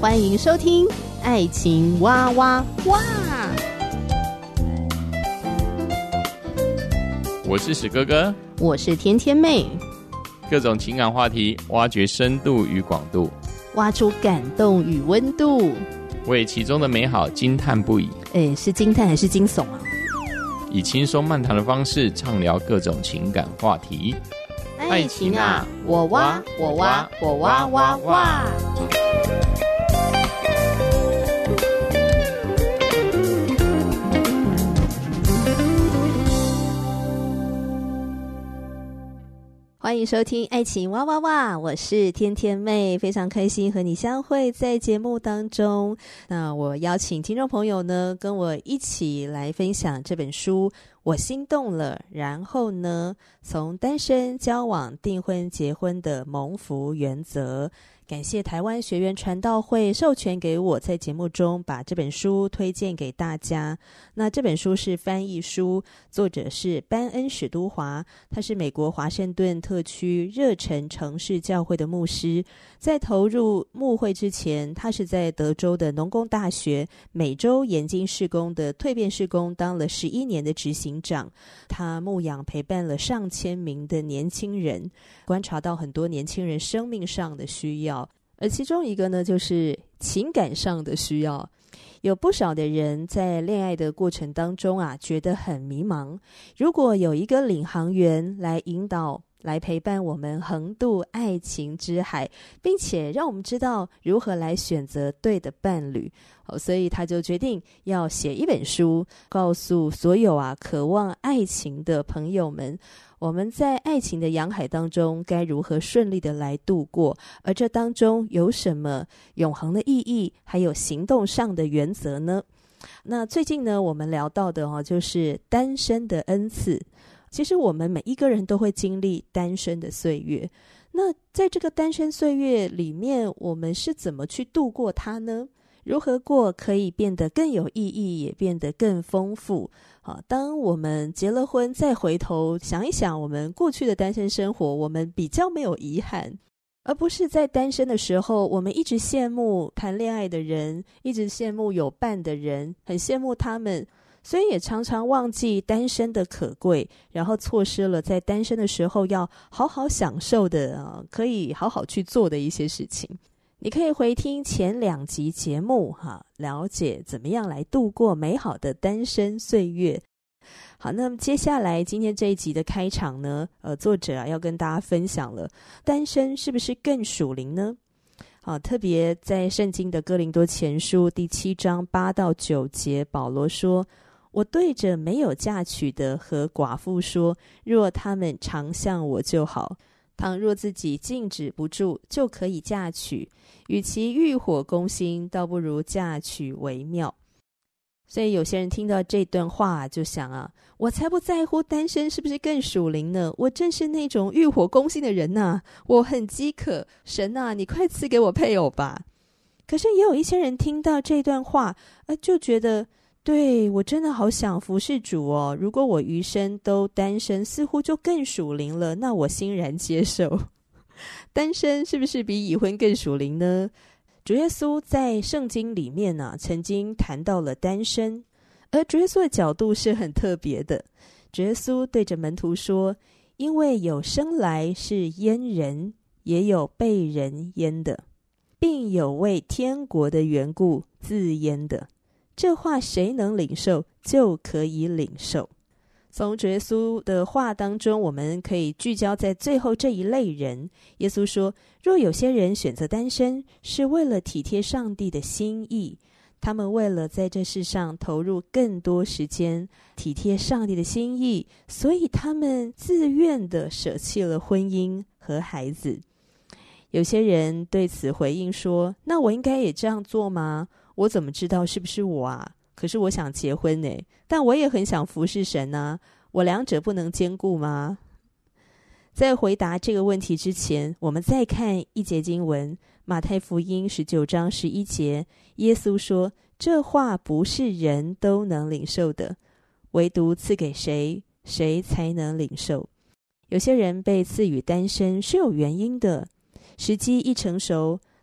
欢迎收听爱情哇哇哇。 我是史哥哥， 我是甜甜妹， 各种情感话题，挖掘深度与广度， 挖出感动与温度， 为其中的美好惊叹不已。 是惊叹还是惊悚啊？ 以轻松漫谈的方式畅聊各种情感话题。 爱情啊，我挖我挖我挖挖挖。欢迎收听爱情哇哇哇，我是甜甜妹，非常开心和你相会在节目当中。那我邀请听众朋友呢，跟我一起来分享这本书我心动了，然后呢，从单身、交往、订婚、结婚的蒙福原则。感谢台湾学员传道会授权给我在节目中把这本书推荐给大家。那这本书是翻译书，作者是班恩史都华，他是美国华盛顿特区热忱城市教会的牧师。在投入牧会之前，他是在德州的农工大学美洲研经事工的蜕变事工当了11年的执行长。他牧养陪伴了上千名的年轻人，观察到很多年轻人生命上的需要，而其中一个呢，就是情感上的需要。有不少的人在恋爱的过程当中啊，觉得很迷茫。如果有一个领航员来引导、来陪伴我们横渡爱情之海，并且让我们知道如何来选择对的伴侣，所以他就决定要写一本书，告诉所有渴望爱情的朋友们，我们在爱情的洋海当中该如何顺利的来度过，而这当中有什么永恒的意义，还有行动上的原则呢？那最近呢，我们聊到的就是单身的恩赐。其实我们每一个人都会经历单身的岁月，那在这个单身岁月里面，我们是怎么去度过它呢？如何过可以变得更有意义，也变得更丰富？当我们结了婚，再回头想一想我们过去的单身生活，我们比较没有遗憾，而不是在单身的时候，我们一直羡慕谈恋爱的人，一直羡慕有伴的人，很羡慕他们，所以也常常忘记单身的可贵，然后错失了在单身的时候要好好享受的可以好好去做的一些事情。你可以回听前2集节目了解怎么样来度过美好的单身岁月。好，那么接下来今天这一集的开场呢，作者要跟大家分享了单身是不是更属灵呢？特别在圣经的哥林多前书第7章8到9节，保罗说，我对着没有嫁娶的和寡妇说，若他们常向我就好，倘若自己禁止不住，就可以嫁娶，与其欲火攻心，倒不如嫁娶为妙。所以有些人听到这段话就想我才不在乎单身是不是更属灵呢，我正是那种欲火攻心的人我很饥渴，神你快赐给我配偶吧。可是也有一些人听到这段话就觉得，对，我真的好想服侍主如果我余生都单身，似乎就更属灵了，那我欣然接受。单身是不是比已婚更属灵呢？主耶稣在圣经里面曾经谈到了单身，而主耶稣的角度是很特别的。主耶稣对着门徒说，因为有生来是阉人，也有被人阉的，并有为天国的缘故自阉的，这话谁能领受，就可以领受。从主耶稣的话当中，我们可以聚焦在最后这一类人。耶稣说，若有些人选择单身，是为了体贴上帝的心意，他们为了在这世上投入更多时间，体贴上帝的心意，所以他们自愿地舍弃了婚姻和孩子。有些人对此回应说，那我应该也这样做吗？我怎么知道是不是我可是我想结婚但我也很想服侍神我两者不能兼顾吗？在回答这个问题之前，我们再看一节经文，马太福音19章11节，耶稣说，这话不是人都能领受的，唯独赐给谁，谁才能领受。有些人被赐予单身是有原因的，时机一成熟，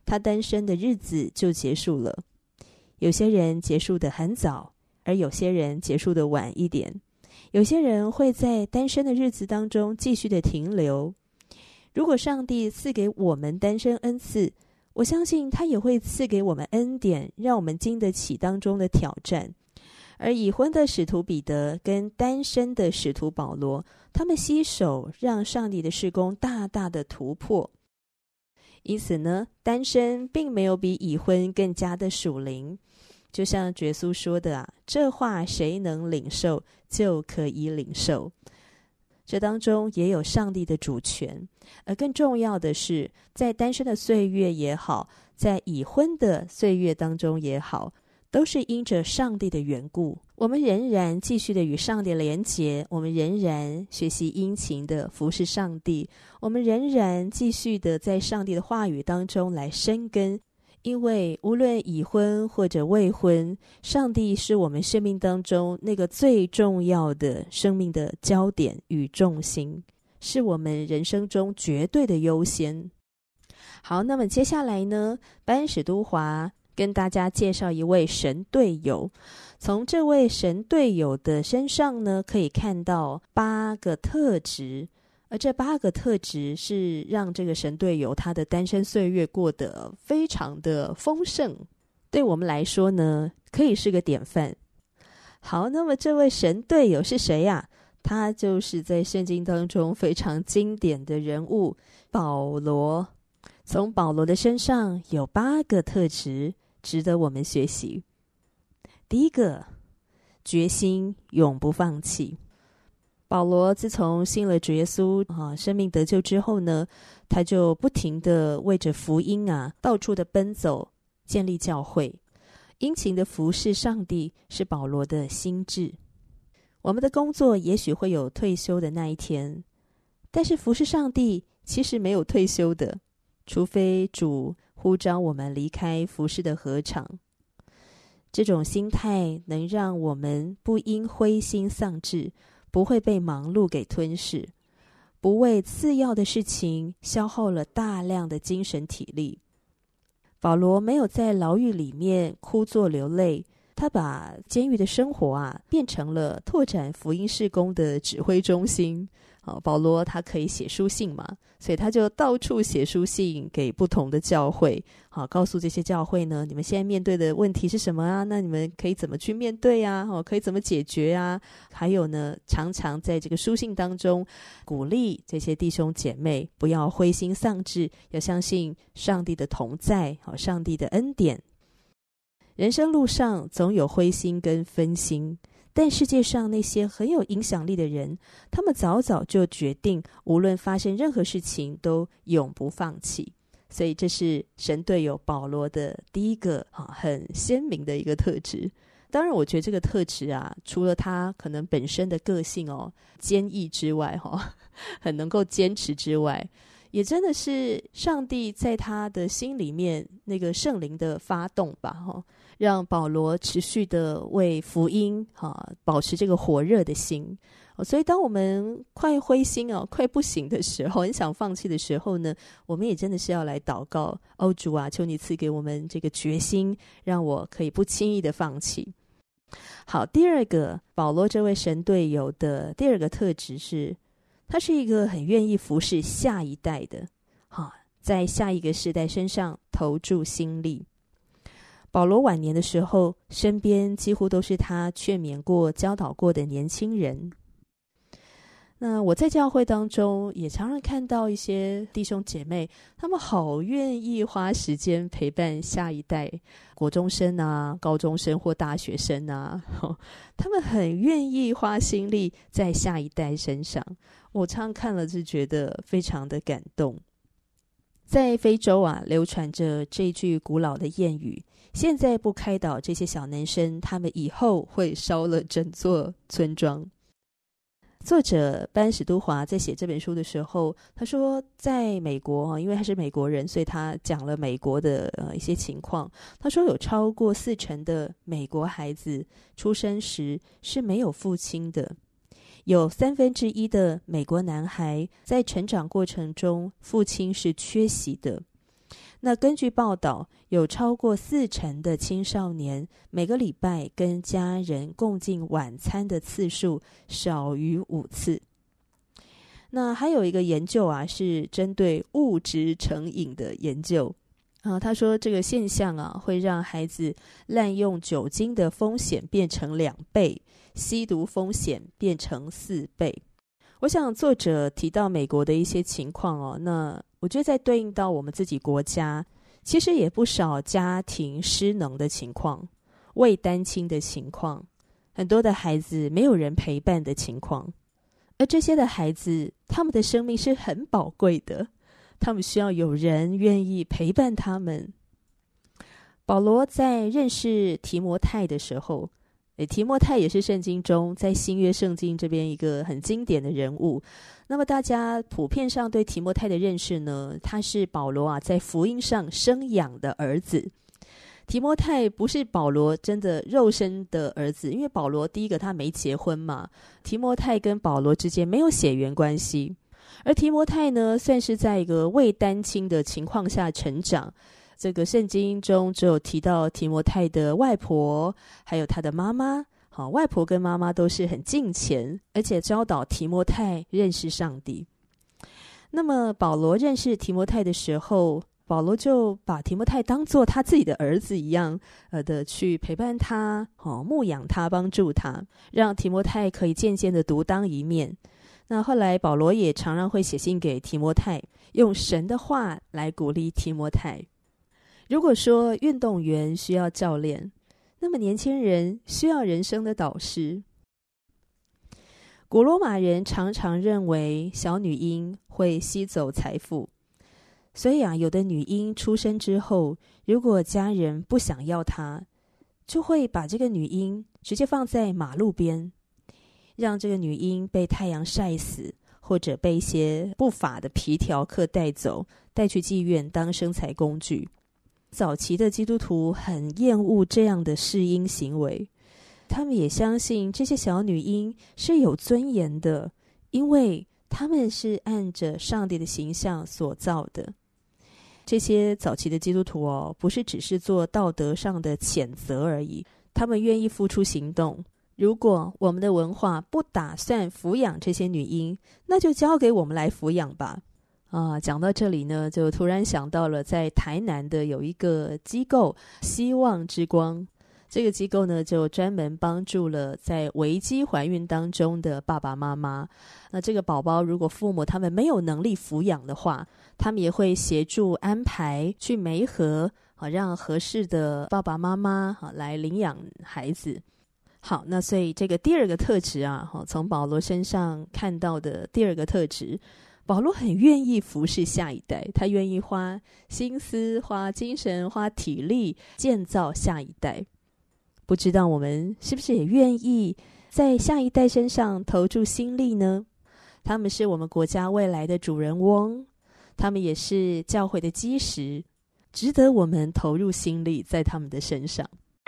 他单身的日子就结束了。有些人结束得很早，而有些人结束得晚一点。有些人会在单身的日子当中继续的停留。如果上帝赐给我们单身恩赐，我相信他也会赐给我们恩典，让我们经得起当中的挑战。而已婚的使徒彼得跟单身的使徒保罗，他们携手让上帝的事工大大的突破。因此呢，单身并没有比已婚更加的属灵。就像耶稣说的这话谁能领受，就可以领受。这当中也有上帝的主权，而更重要的是，在单身的岁月也好，在已婚的岁月当中也好，都是因着上帝的缘故，我们仍然继续的与上帝连结，我们仍然学习殷勤的服侍上帝，我们仍然继续的在上帝的话语当中来生根。因为无论已婚或者未婚，上帝是我们生命当中那个最重要的生命的焦点与重心，是我们人生中绝对的优先。好，那么接下来呢，班史都华跟大家介绍一位神队友。从这位神队友的身上呢，可以看到8个特质，而这8个特质是让这个神队友他的单身岁月过得非常的丰盛，对我们来说呢，可以是个典范。好，那么这位神队友是谁呀？他就是在圣经当中非常经典的人物保罗。从保罗的身上有8个特质值得我们学习。第一个，决心永不放弃。保罗自从信了主耶稣生命得救之后呢，他就不停的为着福音到处的奔走，建立教会，殷勤的服侍上帝是保罗的心志。我们的工作也许会有退休的那一天，但是服侍上帝其实没有退休的，除非主呼召我们离开服侍的禾场。这种心态能让我们不因灰心丧志，不会被忙碌给吞噬，不为次要的事情消耗了大量的精神体力。保罗没有在牢狱里面哭作流泪，他把监狱的生活变成了拓展福音事工的指挥中心。保罗他可以写书信嘛，所以他就到处写书信给不同的教会，告诉这些教会呢，你们现在面对的问题是什么啊？那你们可以怎么去面对啊？可以怎么解决啊？还有呢，常常在这个书信当中鼓励这些弟兄姐妹不要灰心丧志，要相信上帝的同在，上帝的恩典。人生路上总有灰心跟分心，但世界上那些很有影响力的人，他们早早就决定无论发生任何事情都永不放弃。所以这是神队友保罗的第一个很鲜明的一个特质。当然我觉得这个特质除了他可能本身的个性坚毅之外很能够坚持之外，也真的是上帝在他的心里面那个圣灵的发动吧，让保罗持续的为福音保持这个火热的心。所以当我们快灰心快不行的时候，很想放弃的时候呢，我们也真的是要来祷告，主求你赐给我们这个决心，让我可以不轻易的放弃。好，第二个，保罗这位神队友的第二个特质是，他是一个很愿意服侍下一代的，在下一个世代身上投注心力。保罗晚年的时候，身边几乎都是他劝勉过、教导过的年轻人。那我在教会当中也常常看到一些弟兄姐妹，他们好愿意花时间陪伴下一代，国中生高中生或大学生他们很愿意花心力在下一代身上。我常常看了就觉得非常的感动。在非洲流传着这句古老的谚语，现在不开导这些小男生，他们以后会烧了整座村庄。作者班史都华在写这本书的时候，他说在美国因为他是美国人，所以他讲了美国的一些情况。他说有超过40%的美国孩子出生时是没有父亲的，有1/3的美国男孩在成长过程中父亲是缺席的。 那根据报道，有超过40%的青少年每个礼拜跟家人共进晚餐的次数少于5次。那还有一个研究啊，是针对物质成瘾的研究他说这个现象啊，会让孩子滥用酒精的风险变成2倍，吸毒风险变成4倍。我想作者提到美国的一些情况那我觉得在对应到我们自己国家，其实也不少家庭失能的情况，未单亲的情况，很多的孩子没有人陪伴的情况。而这些的孩子，他们的生命是很宝贵的，他们需要有人愿意陪伴他们。保罗在认识提摩太的时候，提摩太也是圣经中在新约圣经这边一个很经典的人物。那么大家普遍上对提摩太的认识呢，他是保罗在福音上生养的儿子。提摩太不是保罗真的肉身的儿子，因为保罗第一个他没结婚嘛，提摩太跟保罗之间没有血缘关系。而提摩太呢，算是在一个未单亲的情况下成长。这个圣经中只有提到提摩太的外婆还有他的妈妈，外婆跟妈妈都是很敬虔，而且教导提摩太认识上帝。那么保罗认识提摩太的时候，保罗就把提摩太当作他自己的儿子一样的去陪伴他，牧养他，帮助他，让提摩太可以渐渐的独当一面。那后来保罗也常常会写信给提摩太，用神的话来鼓励提摩太。如果说运动员需要教练，那么年轻人需要人生的导师。古罗马人常常认为小女婴会吸走财富，所以有的女婴出生之后，如果家人不想要她，就会把这个女婴直接放在马路边，让这个女婴被太阳晒死，或者被一些不法的皮条客带走，带去妓院当生财工具。早期的基督徒很厌恶这样的适婴行为，他们也相信这些小女婴是有尊严的，因为他们是按着上帝的形象所造的。这些早期的基督徒不是只是做道德上的谴责而已，他们愿意付出行动。如果我们的文化不打算抚养这些女婴，那就交给我们来抚养吧。讲到这里呢，就突然想到了在台南的有一个机构希望之光。这个机构呢，就专门帮助了在危机怀孕当中的爸爸妈妈。那这个宝宝如果父母他们没有能力抚养的话，他们也会协助安排去媒合，让合适的爸爸妈妈来领养孩子。好，那所以这个第二个特质从保罗身上看到的第二个特质，保罗很愿意服侍下一代，他愿意花心思、花精神、花体力建造下一代。不知道我们是不是也愿意在下一代身上投注心力呢？他们是我们国家未来的主人翁，他们也是教会的基石，值得我们投入心力在他们的身上。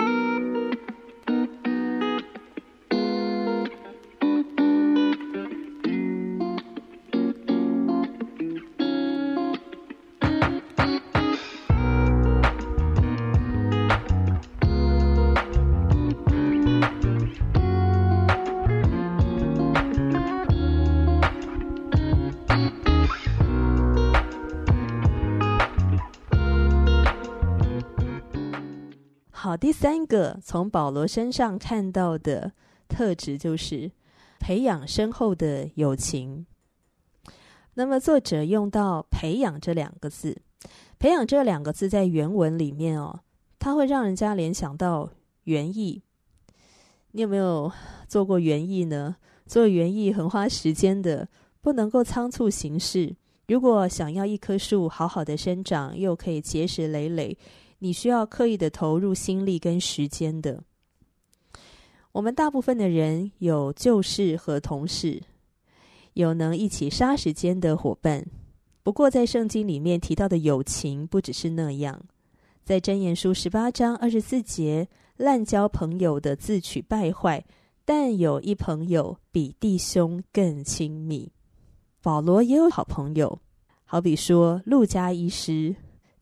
好，第三个从保罗身上看到的特质就是培养深厚的友情。那么作者用到培养这2个字，培养这2个字在原文里面它会让人家联想到园艺。你有没有做过园艺呢？做园艺很花时间的，不能够仓促行事。如果想要一棵树好好的生长，又可以结实累累，你需要刻意的投入心力跟时间的。我们大部分的人有旧识和同事，有能一起杀时间的伙伴。不过在圣经里面提到的友情不只是那样，在箴言书18章24节，滥交朋友的自取败坏，但有一朋友比弟兄更亲密。保罗也有好朋友，好比说路加医师，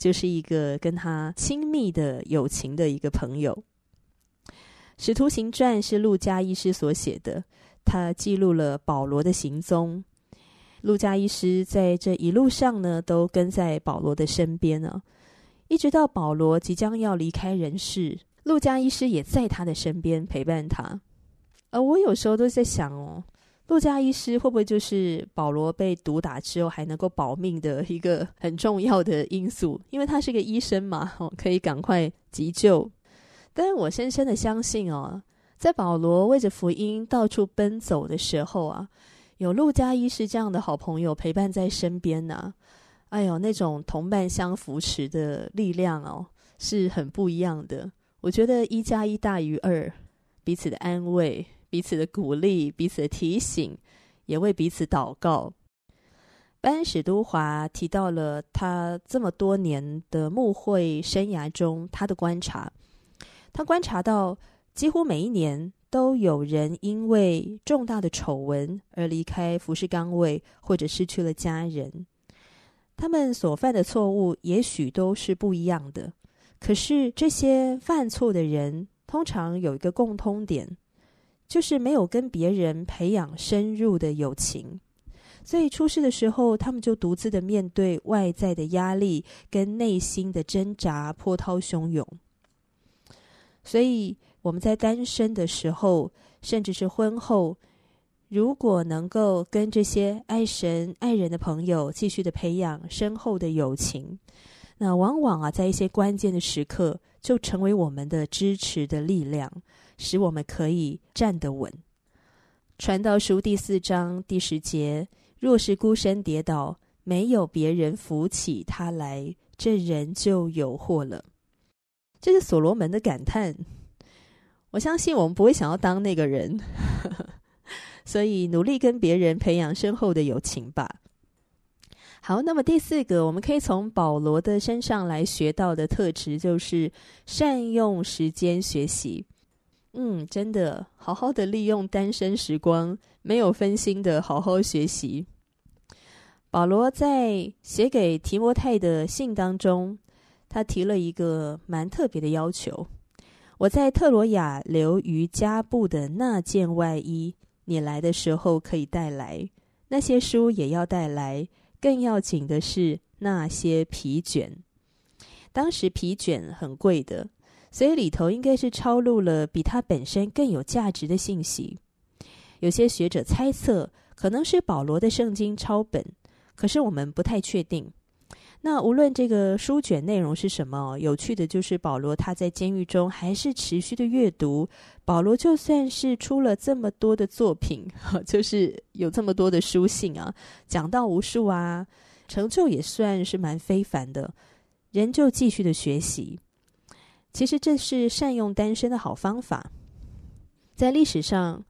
就是一个跟他亲密的友情的一个朋友。使徒行传是路加医师所写的，他记录了保罗的行踪。路加医师在这一路上呢，都跟在保罗的身边啊，一直到保罗即将要离开人世，路加医师也在他的身边陪伴他。我有时候都在想路加医师会不会就是保罗被毒打之后还能够保命的一个很重要的因素，因为他是个医生嘛，可以赶快急救。但是我深深的相信在保罗为着福音到处奔走的时候有路加医师这样的好朋友陪伴在身边哎呦，那种同伴相扶持的力量是很不一样的。我觉得1+1大于2，彼此的安慰，彼此的鼓励，彼此的提醒，也为彼此祷告。班恩史都华提到了他这么多年的牧会生涯中他的观察，他观察到几乎每一年都有人因为重大的丑闻而离开服事岗位，或者失去了家人。他们所犯的错误也许都是不一样的，可是这些犯错的人通常有一个共通点，就是没有跟别人培养深入的友情。所以出事的时候，他们就独自的面对外在的压力跟内心的挣扎，波涛汹涌。所以我们在单身的时候，甚至是婚后，如果能够跟这些爱神爱人的朋友继续的培养深厚的友情，那往往在一些关键的时刻就成为我们的支持的力量，使我们可以站得稳。传道书第4章第10节，若是孤身跌倒，没有别人扶起他来，这人就有祸了。这是所罗门的感叹。我相信我们不会想要当那个人所以努力跟别人培养深厚的友情吧。好，那么第4个我们可以从保罗的身上来学到的特质，就是善用时间学习。真的好好的利用单身时光，没有分心的好好学习。保罗在写给提摩太的信当中，他提了一个蛮特别的要求：我在特罗亚留于加布的那件外衣，你来的时候可以带来，那些书也要带来，更要紧的是那些皮卷。当时皮卷很贵的，所以里头应该是抄录了比它本身更有价值的信息。有些学者猜测可能是保罗的圣经抄本，可是我们不太确定。那无论这个书卷内容是什么，有趣的就是保罗他在监狱中还是持续的阅读。保罗就算是出了这么多的作品，就是有这么多的书信讲道无数成就也算是蛮非凡的，仍旧继续的学习。其实这是善用单身的好方法。在历史上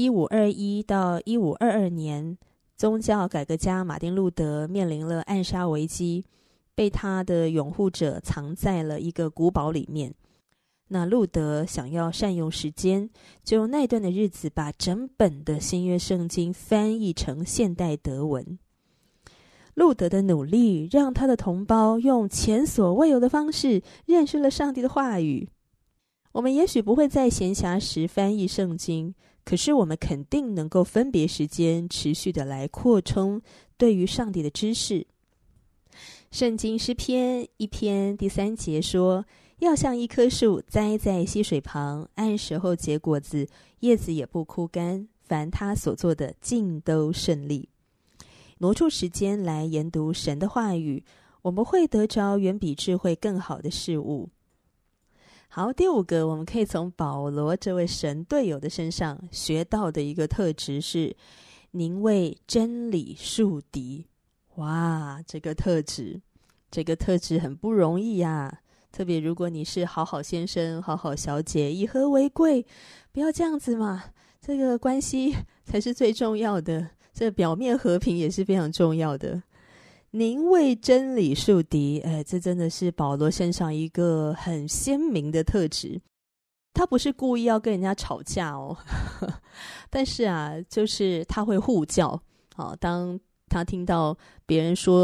1521到1522年，宗教改革家马丁路德面临了暗杀危机，被他的拥护者藏在了一个古堡里面。那路德想要善用时间，就用那段的日子把整本的新约圣经翻译成现代德文。路德的努力让他的同胞用前所未有的方式认识了上帝的话语。我们也许不会在闲暇时翻译圣经，可是我们肯定能够分别时间，持续的来扩充对于上帝的知识。圣经诗篇1篇第3节说，要像一棵树栽在溪水旁，按时候结果子，叶子也不枯干，凡他所做的尽都顺利。挪出时间来研读神的话语，我们会得着远比智慧更好的事物。好，第5个我们可以从保罗这位神队友的身上学到的一个特质是宁为真理树敌。哇，这个特质很不容易特别如果你是好好先生好好小姐，以和为贵，不要这样子嘛，这个关系才是最重要的，这表面和平也是非常重要的。宁为真理树敌，这真的是保罗身上一个很鲜明的特质。他不是故意要跟人家吵架但是就是他会护教。当他听到别人说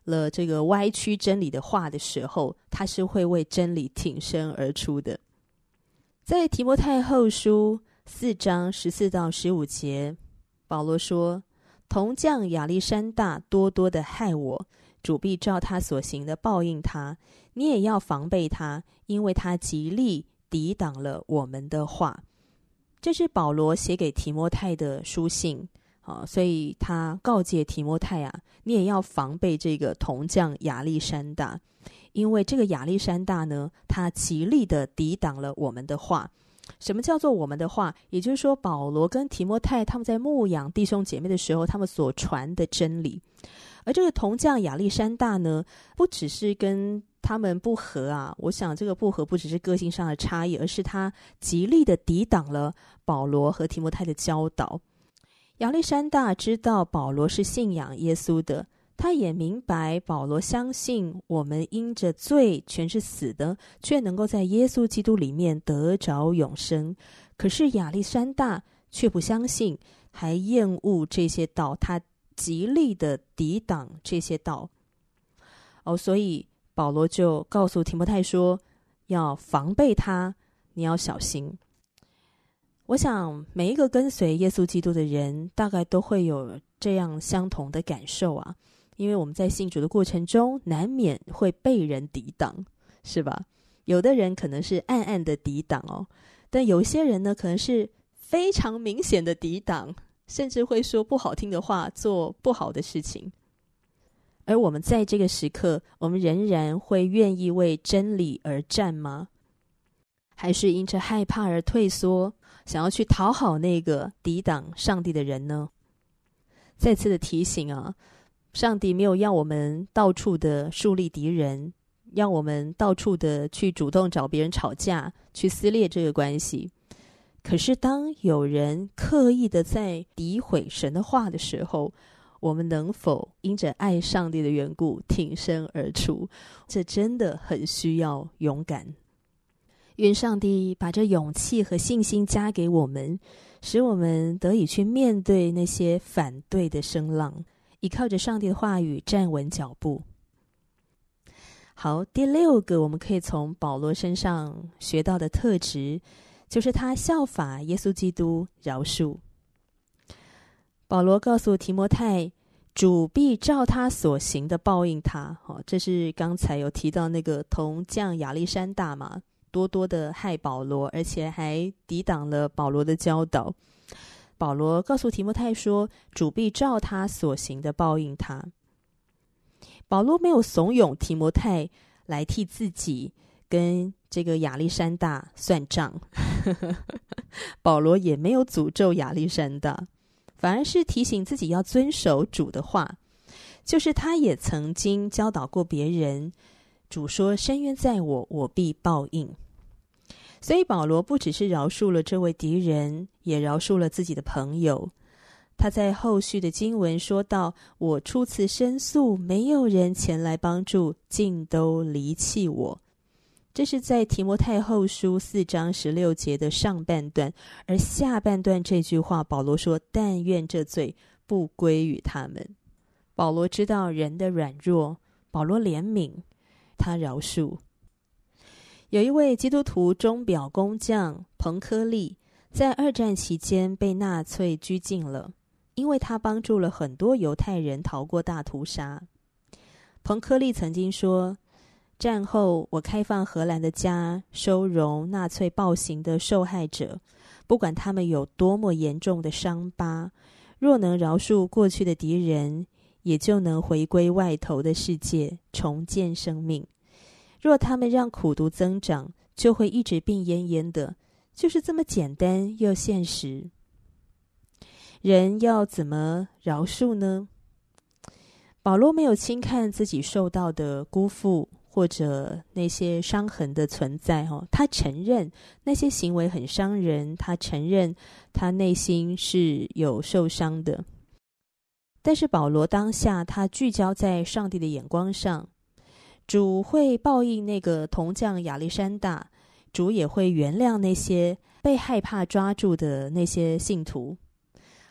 了这个歪曲真理的话的时候，他是会为真理挺身而出的。在提摩太后书4章14到15节，保罗说，铜匠亚历山大多多的害我，主必照他所行的报应他，你也要防备他，因为他极力抵挡了我们的话。这是保罗写给提摩太的书信，所以他告诫提摩太啊，你也要防备这个铜匠亚历山大，因为这个亚历山大呢，他极力的抵挡了我们的话。什么叫做我们的话？也就是说，保罗跟提摩太他们在牧养弟兄姐妹的时候，他们所传的真理。而这个铜匠亚历山大呢，不只是跟他们不合啊，我想这个不合不只是个性上的差异，而是他极力的抵挡了保罗和提摩太的教导。亚历山大知道保罗是信仰耶稣的，他也明白保罗相信我们因着罪全是死的，却能够在耶稣基督里面得着永生。可是亚历山大却不相信，还厌恶这些道，他极力的抵挡这些道。所以保罗就告诉提摩太说，要防备他，你要小心。我想每一个跟随耶稣基督的人大概都会有这样相同的感受啊，因为我们在信主的过程中难免会被人抵挡，是吧？有的人可能是暗暗的抵挡但有些人呢，可能是非常明显的抵挡，甚至会说不好听的话，做不好的事情。而我们在这个时刻，我们仍然会愿意为真理而战吗？还是因着害怕而退缩，想要去讨好那个抵挡上帝的人呢？再次的提醒啊，上帝没有要我们到处的树立敌人，要我们到处的去主动找别人吵架，去撕裂这个关系。可是当有人刻意的在诋毁神的话的时候，我们能否因着爱上帝的缘故挺身而出？这真的很需要勇敢。愿上帝把这勇气和信心加给我们，使我们得以去面对那些反对的声浪，依靠着上帝的话语站稳脚步。好，第6个我们可以从保罗身上学到的特质，就是他效法耶稣基督饶恕。保罗告诉提摩太，主必照他所行的报应他。这是刚才有提到那个铜匠亚历山大嘛，多多的害保罗，而且还抵挡了保罗的教导。保罗告诉提摩太说，主必照他所行的报应他。保罗没有怂恿提摩太来替自己跟这个亚历山大算账保罗也没有诅咒亚历山大，反而是提醒自己要遵守主的话，就是他也曾经教导过别人，主说伸冤在我，我必报应。所以保罗不只是饶恕了这位敌人，也饶恕了自己的朋友。他在后续的经文说到，我初次申诉，没有人前来帮助，尽都离弃我。这是在提摩太后书4章16节的上半段，而下半段这句话保罗说，但愿这罪不归于他们。保罗知道人的软弱，保罗怜悯，他饶恕。有一位基督徒钟表工匠彭科利，在2战期间被纳粹拘禁了，因为他帮助了很多犹太人逃过大屠杀。彭科利曾经说，战后我开放荷兰的家，收容纳粹暴行的受害者，不管他们有多么严重的伤疤，若能饶恕过去的敌人，也就能回归外头的世界，重建生命。若他们让苦毒增长，就会一直病恹恹的，就是这么简单又现实。人要怎么饶恕呢？保罗没有轻看自己受到的辜负或者那些伤痕的存在，他承认那些行为很伤人，他承认他内心是有受伤的。但是保罗当下他聚焦在上帝的眼光上，主会报应那个铜匠亚历山大，主也会原谅那些被害怕抓住的那些信徒。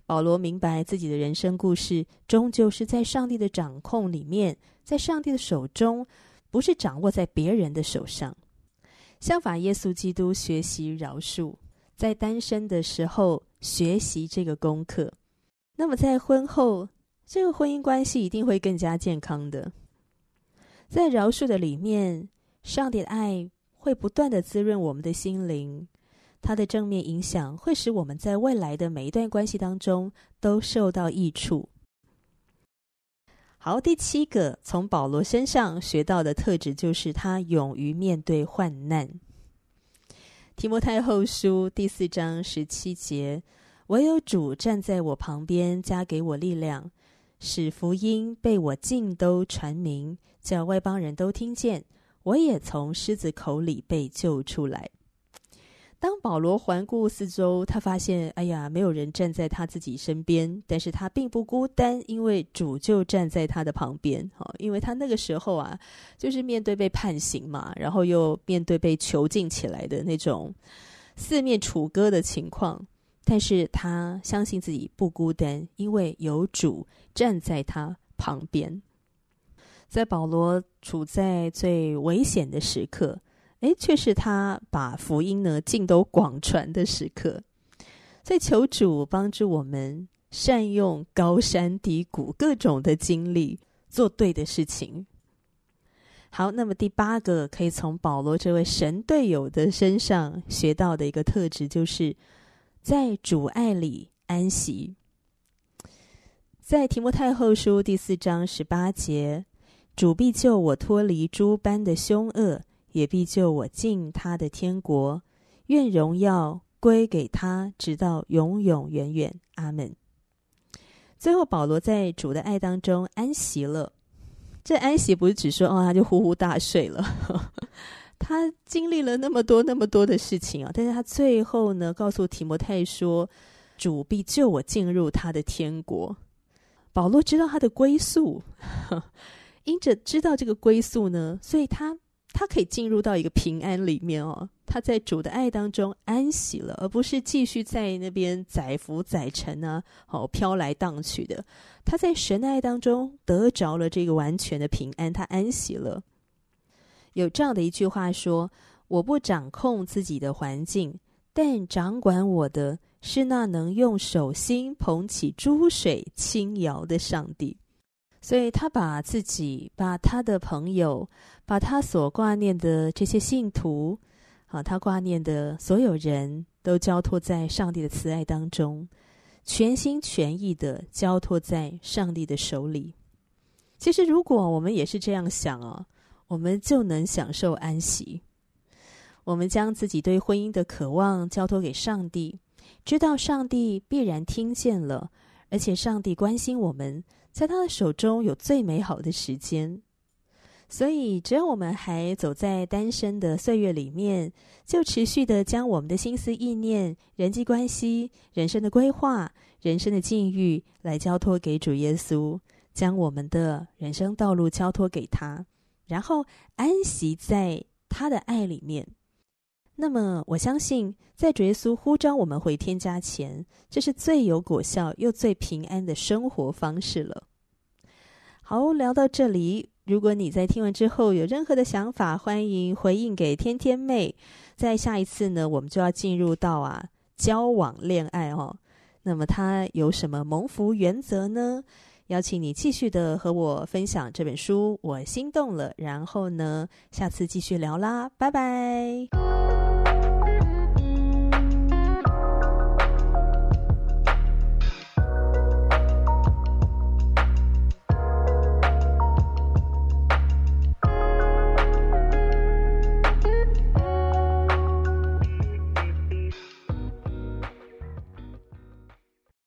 保罗明白自己的人生故事终究是在上帝的掌控里面，在上帝的手中，不是掌握在别人的手上。效法耶稣基督学习饶恕，在单身的时候学习这个功课，那么在婚后，这个婚姻关系一定会更加健康的。在饶恕的里面，上帝的爱会不断的滋润我们的心灵，它的正面影响会使我们在未来的每一段关系当中都受到益处。好，第7个从保罗身上学到的特质就是他勇于面对患难。提摩太后书第4章17节，唯有主站在我旁边，加给我力量，使福音被我尽都传明，叫外邦人都听见，我也从狮子口里被救出来。当保罗环顾四周，他发现没有人站在他自己身边，但是他并不孤单，因为主就站在他的旁边。因为他那个时候就是面对被判刑嘛，然后又面对被囚禁起来的那种四面楚歌的情况，但是他相信自己不孤单，因为有主站在他旁边。在保罗处在最危险的时刻，却是他把福音呢尽都广传的时刻。所以求主帮助我们善用高山低谷各种的经历，做对的事情。好，那么第8个可以从保罗这位神队友的身上学到的一个特质，就是在主爱里安息。在提摩太后书第4章18节，主必救我脱离诸般的凶恶，也必救我进他的天国，愿荣耀归给他，直到永永远远。阿们。最后保罗在主的爱当中安息了。这安息不是只说他就呼呼大睡了他经历了那么多的事情但是他最后呢告诉提摩太说，主必救我进入他的天国。保罗知道他的归宿因着知道这个归宿呢，所以他可以进入到一个平安里面他在主的爱当中安息了，而不是继续在那边载浮载沉飘来荡去的。他在神的爱当中得着了这个完全的平安，他安息了。有这样的一句话说，我不掌控自己的环境，但掌管我的是那能用手心捧起诸水轻摇的上帝。所以他把自己，把他的朋友，把他所挂念的这些信徒他挂念的所有人都交托在上帝的慈爱当中，全心全意的交托在上帝的手里。其实如果我们也是这样想我们就能享受安息。我们将自己对婚姻的渴望交托给上帝，知道上帝必然听见了，而且上帝关心我们，在他的手中有最美好的时间。所以只要我们还走在单身的岁月里面，就持续的将我们的心思意念、人际关系、人生的规划、人生的境遇来交托给主耶稣，将我们的人生道路交托给他，然后安息在他的爱里面。那么我相信在主耶稣呼召我们回天家前，这是最有果效又最平安的生活方式了。好，聊到这里，如果你在听完之后有任何的想法，欢迎回应给天天妹。在下一次呢，我们就要进入到交往恋爱那么它有什么蒙福原则呢？邀请你继续的和我分享这本书，我心动了。然后呢，下次继续聊啦，拜拜。